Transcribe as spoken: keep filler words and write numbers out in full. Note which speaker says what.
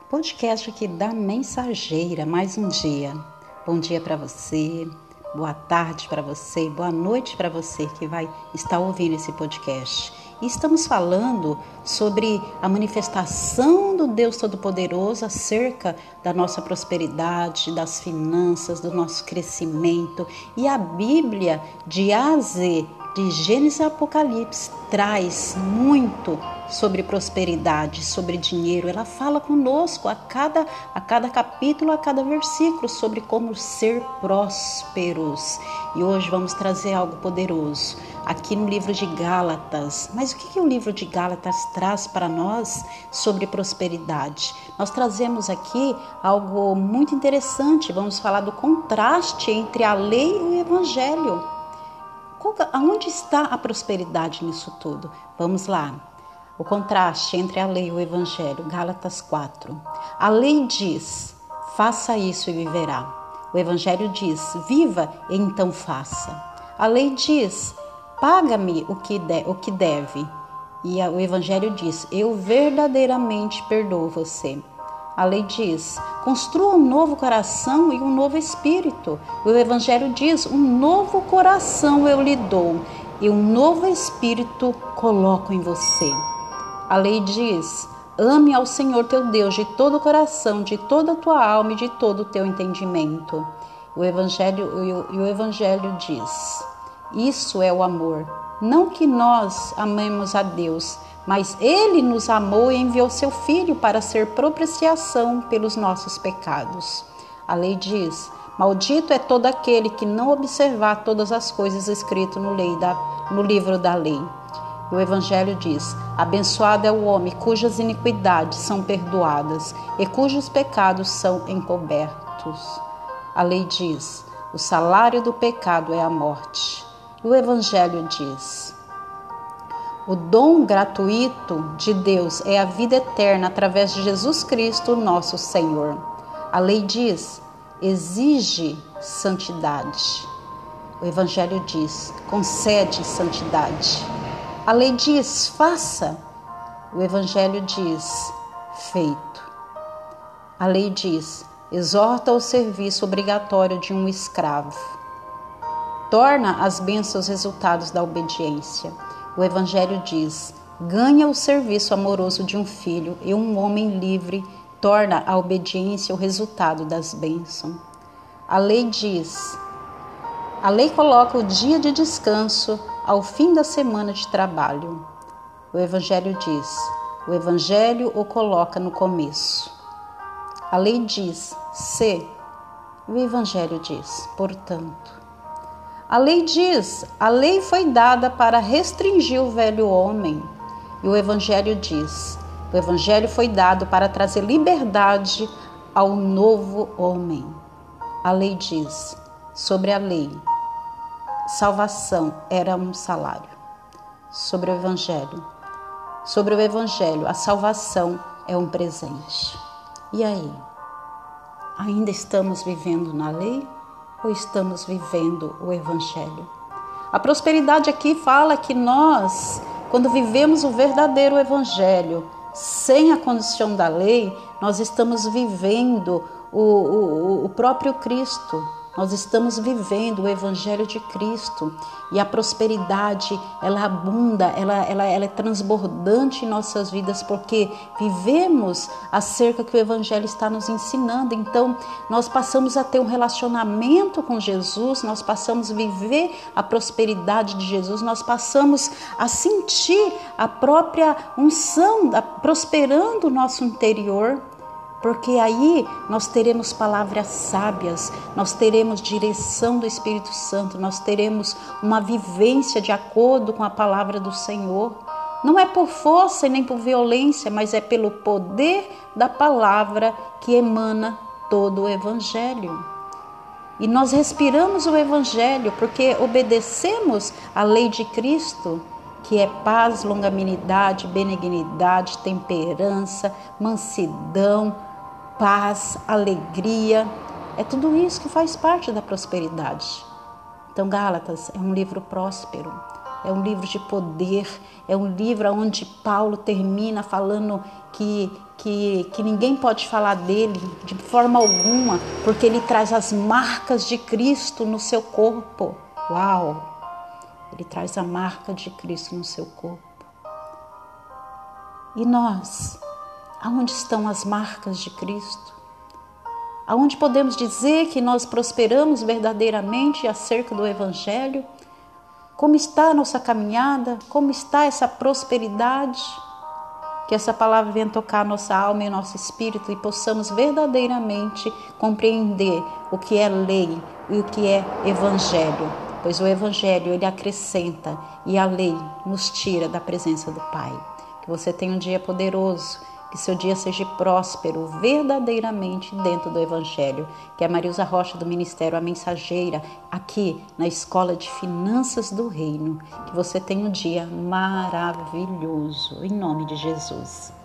Speaker 1: Podcast aqui da Mensageira, mais um dia. Bom dia para você, boa tarde para você, boa noite para você que vai estar ouvindo esse podcast. E estamos falando sobre a manifestação do Deus Todo-Poderoso acerca da nossa prosperidade, das finanças, do nosso crescimento. E a Bíblia, de A a Z, de Gênesis a Apocalipse, traz muito sobre prosperidade, sobre dinheiro. Ela fala conosco a cada, a cada capítulo, a cada versículo, sobre como ser prósperos. E hoje vamos trazer algo poderoso aqui no livro de Gálatas. Mas o que, que o livro de Gálatas traz para nós sobre prosperidade? Nós trazemos aqui algo muito interessante. Vamos falar do contraste entre a lei e o evangelho. Aonde está a prosperidade nisso tudo? Vamos lá. O contraste entre a lei e o evangelho. Gálatas quatro. A lei diz, faça isso e viverá. O evangelho diz, viva e então faça. A lei diz, paga-me o que, de, o que deve. E o evangelho diz, eu verdadeiramente perdoo você. A lei diz, construa um novo coração e um novo espírito. O evangelho diz, um novo coração eu lhe dou e um novo espírito coloco em você. A lei diz, ame ao Senhor teu Deus de todo o coração, de toda a tua alma e de todo o teu entendimento. O evangelho, e o evangelho diz, isso é o amor. Não que nós amemos a Deus, mas Ele nos amou e enviou seu Filho para ser propiciação pelos nossos pecados. A lei diz, maldito é todo aquele que não observar todas as coisas escritas no, lei da, no livro da lei. E o Evangelho diz, abençoado é o homem cujas iniquidades são perdoadas e cujos pecados são encobertos. A lei diz, o salário do pecado é a morte. E o Evangelho diz, o dom gratuito de Deus é a vida eterna através de Jesus Cristo, nosso Senhor. A lei diz, exige santidade. O Evangelho diz, concede santidade. A lei diz, faça. O Evangelho diz, feito. A lei diz, exorta o serviço obrigatório de um escravo. Torna as bênçãos resultados da obediência. O Evangelho diz, ganha o serviço amoroso de um filho e um homem livre torna a obediência o resultado das bênçãos. A lei diz, a lei coloca o dia de descanso ao fim da semana de trabalho. O Evangelho diz, o Evangelho o coloca no começo. A lei diz, se, o Evangelho diz, portanto. A lei diz, a lei foi dada para restringir o velho homem. E o Evangelho diz, o Evangelho foi dado para trazer liberdade ao novo homem. A lei diz, sobre a lei, salvação era um salário. Sobre o Evangelho, sobre o Evangelho, a salvação é um presente. E aí? Ainda estamos vivendo na lei? Ou estamos vivendo o Evangelho? A prosperidade aqui fala que nós, quando vivemos o verdadeiro Evangelho, sem a condição da lei, nós estamos vivendo o, o, o próprio Cristo. Nós estamos vivendo o Evangelho de Cristo e a prosperidade, ela abunda, ela, ela, ela é transbordante em nossas vidas porque vivemos acerca que o Evangelho está nos ensinando. Então, nós passamos a ter um relacionamento com Jesus, nós passamos a viver a prosperidade de Jesus, nós passamos a sentir a própria unção prosperando o nosso interior. Porque aí nós teremos palavras sábias, nós teremos direção do Espírito Santo, nós teremos uma vivência de acordo com a palavra do Senhor. Não é por força e nem por violência, mas é pelo poder da palavra que emana todo o Evangelho. E nós respiramos o Evangelho porque obedecemos a lei de Cristo, que é paz, longanimidade, benignidade, temperança, mansidão, paz, alegria, é tudo isso que faz parte da prosperidade. Então, Gálatas é um livro próspero, é um livro de poder, é um livro onde Paulo termina falando que, que, que ninguém pode falar dele de forma alguma, porque ele traz as marcas de Cristo no seu corpo. Uau! Ele traz a marca de Cristo no seu corpo. E nós, aonde estão as marcas de Cristo? Aonde podemos dizer que nós prosperamos verdadeiramente acerca do Evangelho? Como está a nossa caminhada? Como está essa prosperidade? Que essa palavra venha tocar a nossa alma e o nosso espírito e possamos verdadeiramente compreender o que é lei e o que é Evangelho. Pois o Evangelho, ele acrescenta e a lei nos tira da presença do Pai. Que você tenha um dia poderoso, que seu dia seja próspero verdadeiramente dentro do Evangelho. Que a Marilza Rocha do Ministério A Mensageira, aqui na Escola de Finanças do Reino. Que você tenha um dia maravilhoso, em nome de Jesus.